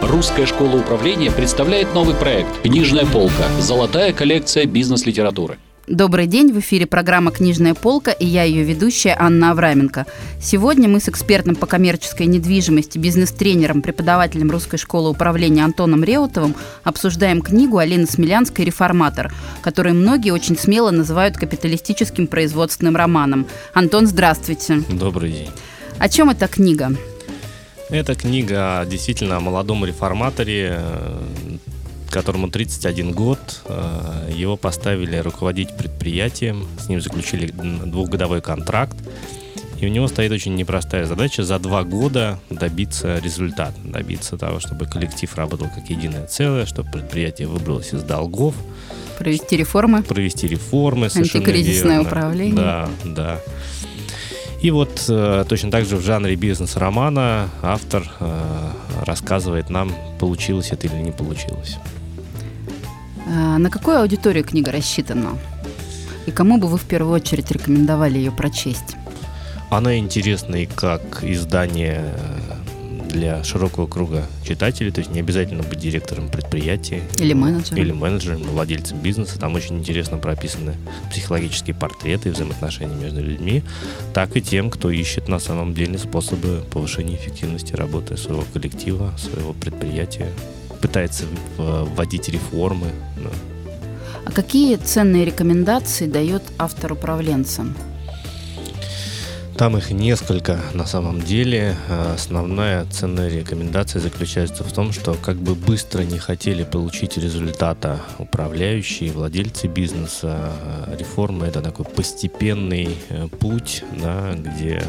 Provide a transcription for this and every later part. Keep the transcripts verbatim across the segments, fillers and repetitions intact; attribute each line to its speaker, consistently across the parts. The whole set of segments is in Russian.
Speaker 1: Русская школа управления представляет новый проект «Книжная полка. Золотая коллекция бизнес-литературы».
Speaker 2: Добрый день, в эфире программа «Книжная полка» и я ее ведущая Анна Авраменко. Сегодня мы с экспертом по коммерческой недвижимости, бизнес-тренером, преподавателем Русской школы управления Антоном Реутовым обсуждаем книгу Алины Смелянской «Реформатор», которую многие очень смело называют капиталистическим производственным романом. Антон, здравствуйте.
Speaker 3: Добрый день.
Speaker 2: О чем эта книга?
Speaker 3: Эта книга действительно о молодом реформаторе, которому тридцать один год. Его поставили руководить предприятием, с ним заключили двухгодовой контракт. И у него стоит очень непростая задача за два года добиться результата, добиться того, чтобы коллектив работал как единое целое, чтобы предприятие выбралось из долгов.
Speaker 2: Провести реформы.
Speaker 3: Провести реформы, совершенно верно.
Speaker 2: Антикризисное управление.
Speaker 3: Да, да. И вот э, точно так же в жанре бизнес-романа автор э, рассказывает нам, получилось это или не получилось.
Speaker 2: А на какую аудиторию книга рассчитана? И кому бы вы в первую очередь рекомендовали ее прочесть?
Speaker 3: Она интересна и как издание для широкого круга читателей, то есть не обязательно быть директором предприятия.
Speaker 2: Или менеджером.
Speaker 3: Или менеджером, владельцем бизнеса. Там очень интересно прописаны психологические портреты и взаимоотношения между людьми, так и тем, кто ищет на самом деле способы повышения эффективности работы своего коллектива, своего предприятия, пытается вводить реформы. Да.
Speaker 2: А какие ценные рекомендации дает автор-управленцам?
Speaker 3: Там их несколько на самом деле. Основная ценная рекомендация заключается в том, что как бы быстро не хотели получить результата управляющие, владельцы бизнеса, реформа — это такой постепенный путь, да, где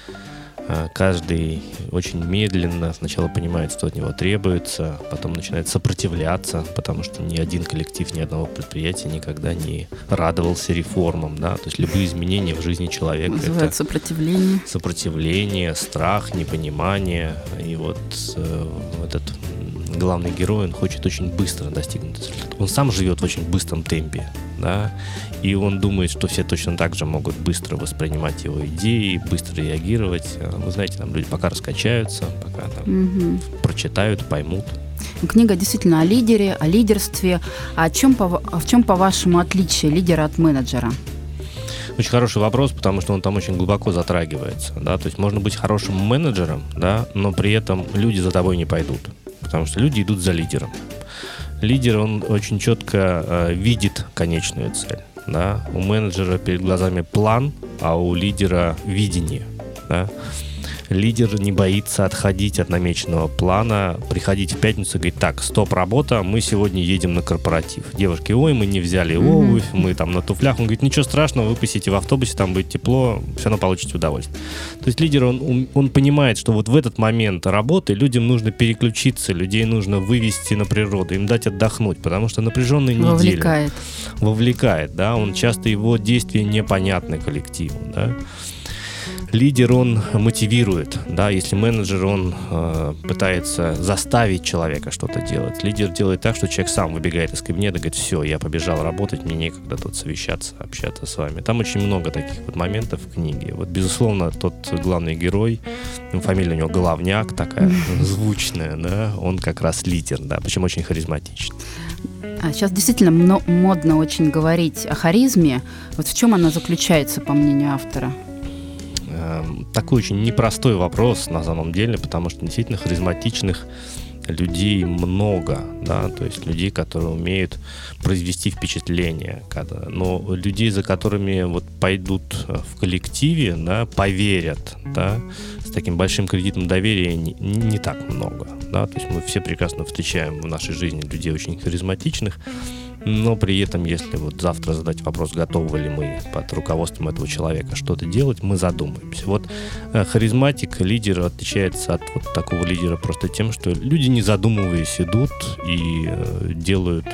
Speaker 3: каждый очень медленно сначала понимает, что от него требуется, потом начинает сопротивляться, потому что ни один коллектив, ни одного предприятия никогда не радовался реформам, да, то есть любые изменения в жизни человека —
Speaker 2: называют
Speaker 3: это
Speaker 2: сопротивление.
Speaker 3: Сопротивление, страх, непонимание. И вот э, этот главный герой, он хочет очень быстро достигнуть результата. Он сам живет в очень быстром темпе, да, и он думает, что все точно так же могут быстро воспринимать его идеи, быстро реагировать. Вы знаете, там люди пока раскачаются, пока там угу. прочитают, поймут.
Speaker 2: Книга действительно о лидере, о лидерстве. А о чем, по, в чем, по-вашему, отличие лидера от менеджера?
Speaker 3: Очень хороший вопрос, потому что он там очень глубоко затрагивается, да, то есть можно быть хорошим менеджером, да, но при этом люди за тобой не пойдут, потому что люди идут за лидером. Лидер, он очень четко э, видит конечную цель, да, у менеджера перед глазами план, а у лидера видение, да. Лидер не боится отходить от намеченного плана, приходить в пятницу и говорить: так, стоп, работа, мы сегодня едем на корпоратив. Девушки: ой, мы не взяли обувь, mm-hmm. мы там на туфлях. Он говорит: ничего страшного, вы посидите в автобусе, там будет тепло, все равно получите удовольствие. То есть лидер, он, он понимает, что вот в этот момент работы людям нужно переключиться, людей нужно вывести на природу, им дать отдохнуть, потому что напряженные недели.
Speaker 2: Вовлекает.
Speaker 3: Вовлекает, да, он часто, его действия непонятны коллективу, да. Лидер, он мотивирует, да, если менеджер, он э, пытается заставить человека что-то делать. Лидер делает так, что человек сам выбегает из кабинета и говорит: все, я побежал работать, мне некогда тут совещаться, общаться с вами. Там очень много таких вот моментов в книге. Вот, безусловно, тот главный герой, фамилия у него Головняк, такая звучная, да, он как раз лидер, да, причем очень харизматичный.
Speaker 2: А сейчас действительно модно очень говорить о харизме. Вот в чем она заключается, по мнению автора?
Speaker 3: Такой очень непростой вопрос на самом деле, потому что действительно харизматичных людей много, да, то есть людей, которые умеют произвести впечатление, но людей, за которыми вот пойдут в коллективе, да, поверят, да, с таким большим кредитом доверия не, не так много, да, то есть мы все прекрасно встречаем в нашей жизни людей очень харизматичных, но при этом, если вот завтра задать вопрос, готовы ли мы под руководством этого человека что-то делать, мы задумаемся. Вот э, харизматик, лидер отличается от вот такого лидера просто тем, что люди, не задумываясь, идут и э, делают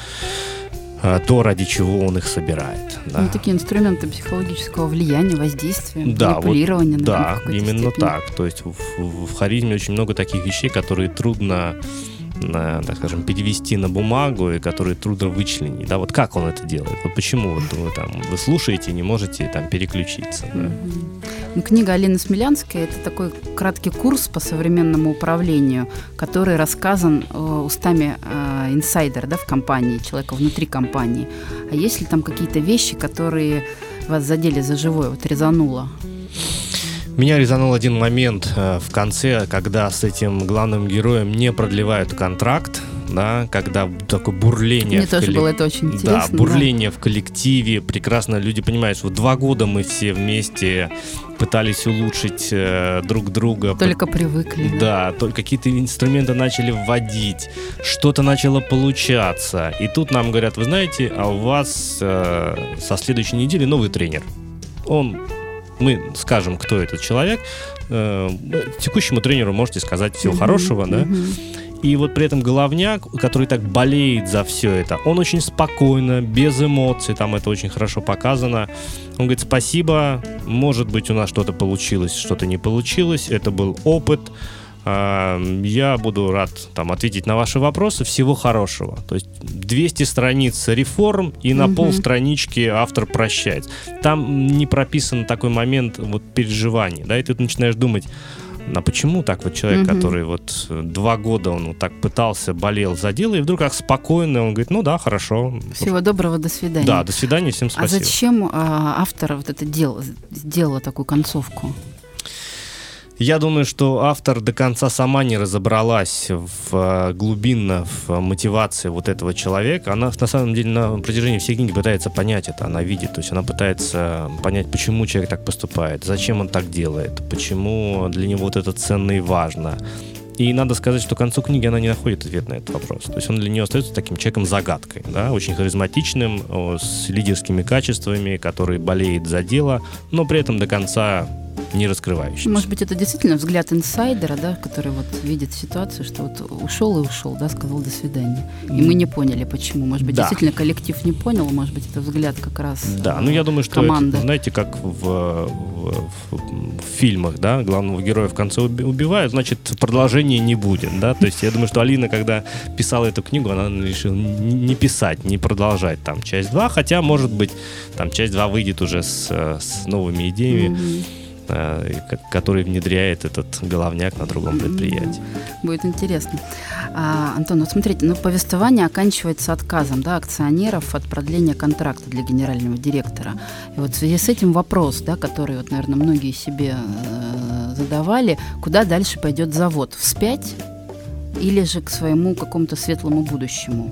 Speaker 3: э, то, ради чего он их собирает. Да.
Speaker 2: Ну, такие инструменты психологического влияния, воздействия,
Speaker 3: да,
Speaker 2: манипулирования.
Speaker 3: Вот, да, именно
Speaker 2: степени.
Speaker 3: так. То есть в, в, в харизме очень много таких вещей, которые трудно на, так скажем, перевести на бумагу и которые трудно вычленить. Да, вот как он это делает? Вот почему вот вы, там, вы слушаете и не можете там переключиться. Да?
Speaker 2: Ну, книга Алины Смелянской – это такой краткий курс по современному управлению, который рассказан э, устами э, инсайдера, да, в компании, человека внутри компании. А есть ли там какие-то вещи, которые вас задели за живое, вот резануло?
Speaker 3: Меня резанул один момент э, в конце, когда с этим главным героем не продлевают контракт, да, когда такое бурление.
Speaker 2: Мне тоже коллек... было это очень интересно.
Speaker 3: Да, бурление да. в коллективе, прекрасно люди понимают, что два года мы все вместе пытались улучшить э, друг друга.
Speaker 2: Только По... привыкли.
Speaker 3: Да, да, только какие-то инструменты начали вводить, что-то начало получаться. И тут нам говорят, вы знаете, а у вас э, со следующей недели новый тренер. Он... Мы скажем, кто этот человек. Э, текущему тренеру можете сказать всего uh-huh, хорошего, да? Uh-huh. И вот при этом головняк, который так болеет за все это, он очень спокойно, без эмоций, там это очень хорошо показано. Он говорит, спасибо, может быть, у нас что-то получилось, что-то не получилось, это был опыт. Я буду рад там ответить на ваши вопросы. Всего хорошего. То есть двести страниц реформ, и на угу. полстранички автор прощает. Там не прописан такой момент вот переживаний, да, и ты начинаешь думать, а почему так вот человек, угу. который вот два года он вот так пытался, болел за дело, и вдруг как спокойно, он говорит, ну да, хорошо.
Speaker 2: Всего доброго, до свидания.
Speaker 3: Да, до свидания, всем спасибо.
Speaker 2: А зачем а, автор вот это дело, сделала такую концовку?
Speaker 3: Я думаю, что автор до конца сама не разобралась в, глубинно в мотивации вот этого человека. Она на самом деле на протяжении всей книги пытается понять это, она видит, то есть она пытается понять, почему человек так поступает, зачем он так делает, почему для него вот это ценно и важно. И надо сказать, что к концу книги она не находит ответ на этот вопрос. То есть он для нее остается таким человеком-загадкой, да, очень харизматичным, с лидерскими качествами, который болеет за дело, но при этом до конца не раскрывающийся.
Speaker 2: Может быть, это действительно взгляд инсайдера, да, который вот видит ситуацию, что вот ушел и ушел, да, сказал до свидания. И мы не поняли, почему. Может быть, да. действительно коллектив не понял, может быть, это взгляд как раз
Speaker 3: Да, ну я думаю, что
Speaker 2: команды.
Speaker 3: Это, знаете, как в, в, в, в фильмах, да, главного героя в конце убивают, значит, продолжения не будет, да, то есть я думаю, что Алина, когда писала эту книгу, она решила не писать, не продолжать там часть два, хотя, может быть, там часть два выйдет уже с, с новыми идеями. Mm-hmm. который внедряет этот головняк на другом предприятии.
Speaker 2: Будет интересно. А, Антон, вот смотрите, ну, повествование оканчивается отказом, да, акционеров от продления контракта для генерального директора. И вот в связи с этим вопрос, да, который, вот, наверное, многие себе э, задавали, куда дальше пойдет завод? Вспять или же к своему какому-то светлому будущему?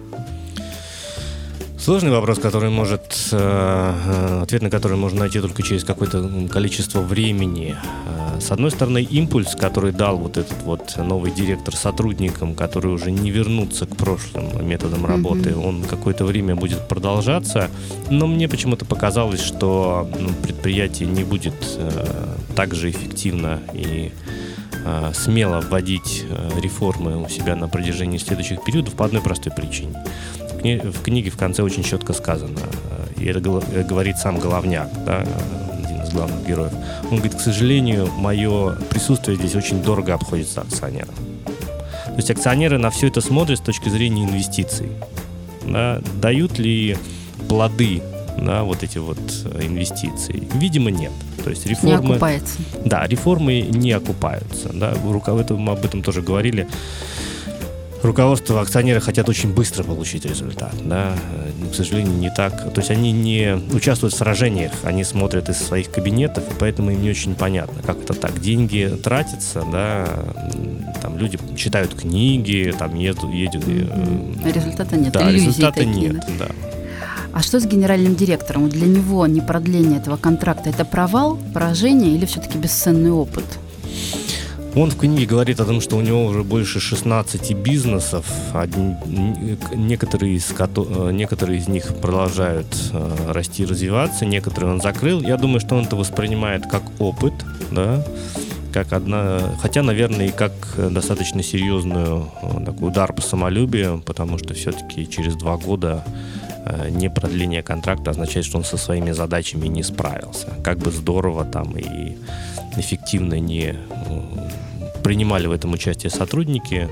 Speaker 3: Сложный вопрос, который может, э, ответ на который можно найти только через какое-то количество времени. С одной стороны, импульс, который дал вот этот вот новый директор сотрудникам, которые уже не вернутся к прошлым методам работы, mm-hmm. он какое-то время будет продолжаться, но мне почему-то показалось, что ну, предприятие не будет э, так же эффективно и э, смело вводить э, реформы у себя на протяжении следующих периодов по одной простой причине. В книге в конце очень четко сказано, и это говорит сам головняк, да, один из главных героев. Он говорит, к сожалению, мое присутствие здесь очень дорого обходится акционерам. То есть акционеры на все это смотрят с точки зрения инвестиций. Да, дают ли плоды, да, вот эти вот инвестиции? Видимо, нет. То есть реформы,
Speaker 2: не окупается. Да,
Speaker 3: реформы не окупаются. Да, руководство, мы об этом тоже говорили. Руководство, акционеры хотят очень быстро получить результат, да, к сожалению, не так. То есть они не участвуют в сражениях, они смотрят из своих кабинетов, и поэтому им не очень понятно, как это так. Деньги тратятся, да, там люди читают книги, там едут, едут.
Speaker 2: А результата нет,
Speaker 3: да,
Speaker 2: иллюзий
Speaker 3: результата
Speaker 2: такие,
Speaker 3: нет, да. да.
Speaker 2: А что с генеральным директором? Для него не продление этого контракта – это провал, поражение или все-таки бесценный опыт?
Speaker 3: Он в книге говорит о том, что у него уже больше шестнадцати бизнесов, одни, некоторые, из, некоторые из них продолжают э, расти и развиваться, некоторые он закрыл. Я думаю, что он это воспринимает как опыт, да, как одна, хотя, наверное, и как достаточно серьезную э, такой удар по самолюбию, потому что все-таки через два года э, не продление контракта означает, что он со своими задачами не справился. Как бы здорово там и эффективно не принимали в этом участие сотрудники,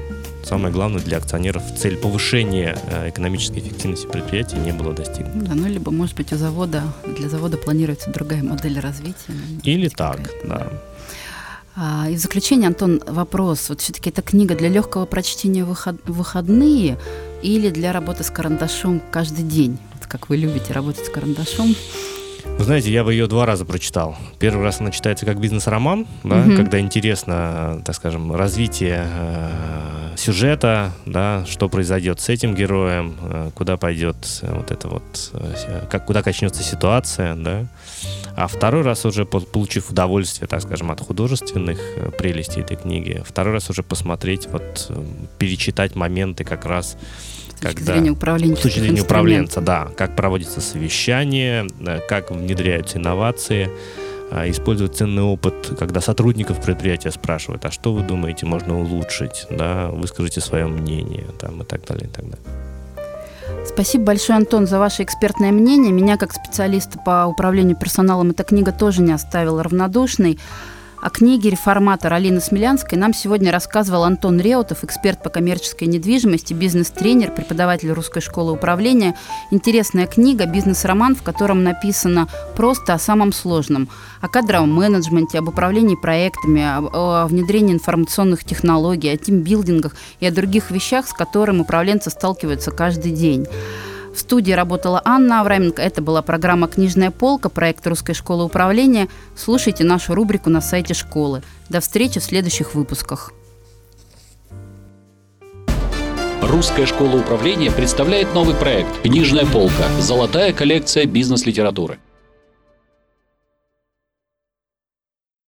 Speaker 3: самое главное для акционеров цель повышения экономической эффективности предприятия не было достигнуто.
Speaker 2: Да, ну либо, может быть, у завода, для завода планируется другая модель развития.
Speaker 3: Или так, да.
Speaker 2: И в заключение, Антон, вопрос. Вот все-таки это книга для легкого прочтения в выходные или для работы с карандашом каждый день? Вот как вы любите работать с карандашом.
Speaker 3: Вы знаете, я бы ее два раза прочитал. Первый раз она читается как бизнес-роман, да,
Speaker 2: угу.
Speaker 3: когда интересно, так скажем, развитие э, сюжета, да, что произойдет с этим героем, э, куда пойдет вот это вот, э, как, куда качнется ситуация, да. А второй раз уже, получив удовольствие, так скажем, от художественных прелестей этой книги, второй раз уже посмотреть, вот, перечитать моменты как раз,
Speaker 2: с точки
Speaker 3: когда,
Speaker 2: зрения управленческих
Speaker 3: с точки зрения управленца, да, как проводится совещание, как внедряются инновации, использовать ценный опыт, когда сотрудников предприятия спрашивают, а что вы думаете, можно улучшить, да, выскажите свое мнение, там, и так далее, и так далее.
Speaker 2: Спасибо большое, Антон, за ваше экспертное мнение. Меня, как специалиста по управлению персоналом, эта книга тоже не оставила равнодушной. О книге «Реформатор» Алины Смелянской нам сегодня рассказывал Антон Реутов, эксперт по коммерческой недвижимости, бизнес-тренер, преподаватель Русской школы управления. Интересная книга, бизнес-роман, в котором написано просто о самом сложном. О кадровом менеджменте, об управлении проектами, о, о внедрении информационных технологий, о тимбилдингах и о других вещах, с которыми управленцы сталкиваются каждый день. В студии работала Анна Авраменко. Это была программа «Книжная полка», проект Русской школы управления. Слушайте нашу рубрику на сайте школы. До встречи в следующих выпусках.
Speaker 1: Русская школа управления представляет новый проект «Книжная полка. Золотая коллекция бизнес-литературы».